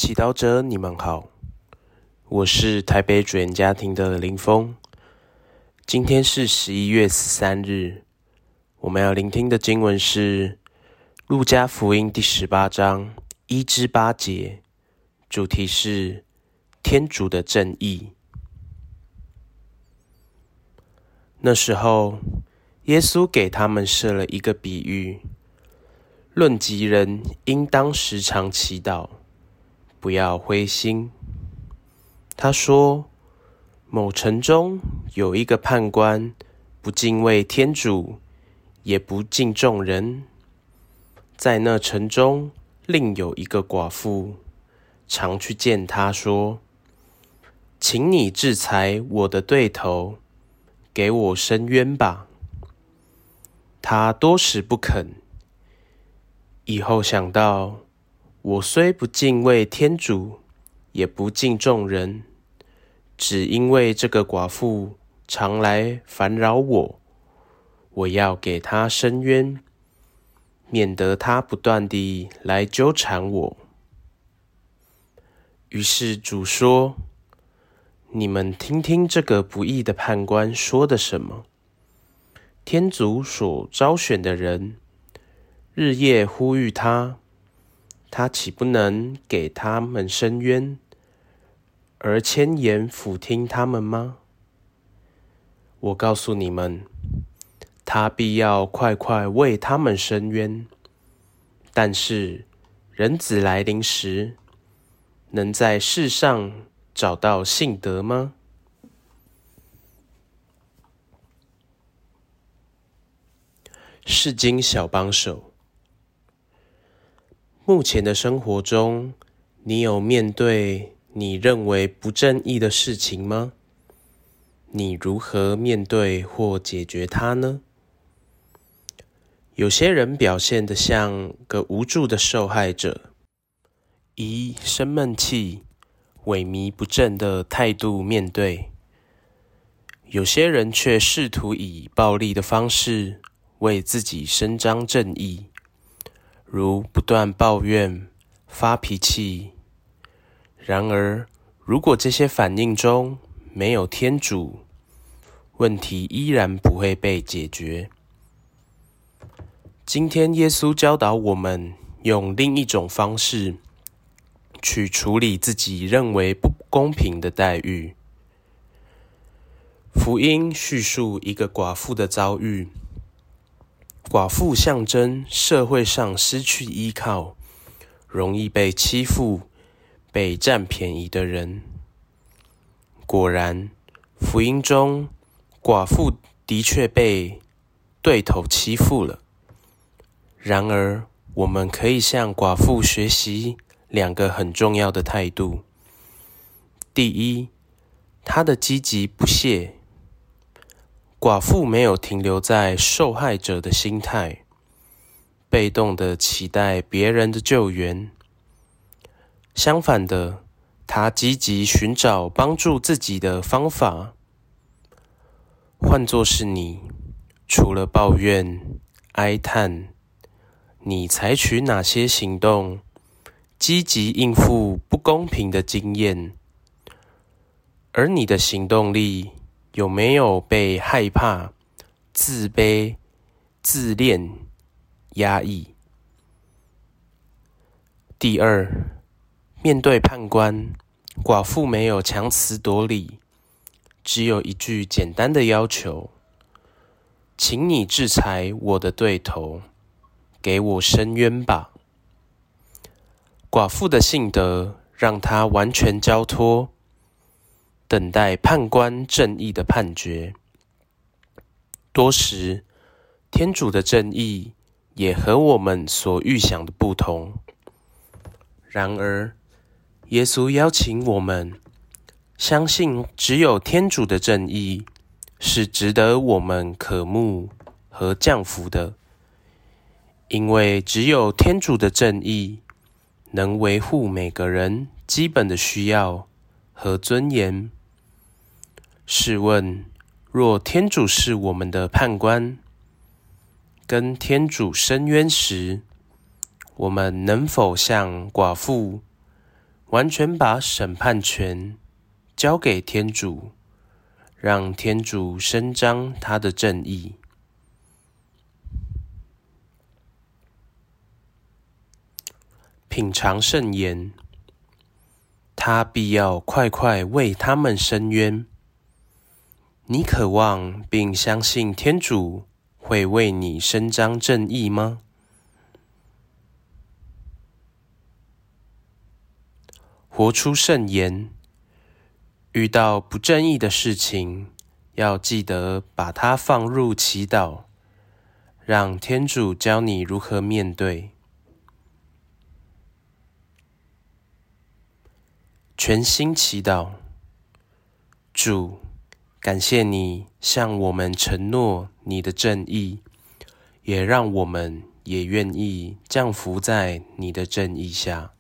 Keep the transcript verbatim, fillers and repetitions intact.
祈祷者，你们好，我是台北主言家庭的林峰。今天是十一月十三日，我们要聆听的经文是路加福音第十八章一至八节，主题是天主的正义。那时候，耶稣给他们设了一个比喻，论及人应当时常祈祷，不要灰心。他说，某城中有一个判官，不敬畏天主，也不敬重人。在那城中另有一个寡妇，常去见他说，请你制裁我的对头，给我伸冤吧。他多时不肯。以后想到，我虽不敬畏天主，也不敬重人，只因为这个寡妇常来烦扰我，我要给她伸冤，免得她不断地来纠缠我。于是主说，你们听听这个不义的判官说的什么。天主所招选的人，日夜呼吁他，他岂不能给他们伸冤，而千言俯听他们吗？我告诉你们，他必要快快为他们伸冤。但是人子来临时，能在世上找到信德吗？释经小帮手。目前的生活中，你有面对你认为不正义的事情吗？你如何面对或解决它呢？有些人表现得像个无助的受害者，以生闷气、萎靡不振的态度面对；有些人却试图以暴力的方式为自己伸张正义，如不断抱怨、发脾气。然而，如果这些反应中没有天主，问题依然不会被解决。今天耶稣教导我们用另一种方式去处理自己认为不公平的待遇。福音叙述一个寡妇的遭遇。寡妇象征社会上失去依靠、容易被欺负、被占便宜的人。果然，福音中寡妇的确被对头欺负了。然而，我们可以向寡妇学习两个很重要的态度。第一，她的积极不懈。寡妇没有停留在受害者的心态，被动的期待别人的救援。相反的，她积极寻找帮助自己的方法。换作是你，除了抱怨、哀叹，你采取哪些行动，积极应付不公平的经验？而你的行动力有没有被害怕、自卑、自恋、压抑？第二，面对判官，寡妇没有强词夺理，只有一句简单的要求：请你制裁我的对头，给我伸冤吧。寡妇的信德让她完全交托，等待判官正义的判决。多时，天主的正义也和我们所预想的不同。然而，耶稣邀请我们相信，只有天主的正义是值得我们渴慕和降服的，因为只有天主的正义能维护每个人基本的需要和尊严。试问，若天主是我们的判官，跟天主申冤时，我们能否像寡妇完全把审判权交给天主，让天主伸张他的正义。品尝圣言，他必要快快为他们伸冤。你渴望并相信天主会为你伸张正义吗？活出圣言，遇到不正义的事情，要记得把它放入祈祷，让天主教你如何面对。全心祈祷，主，感谢你向我们承诺你的正义，也让我们也愿意降服在你的正义下。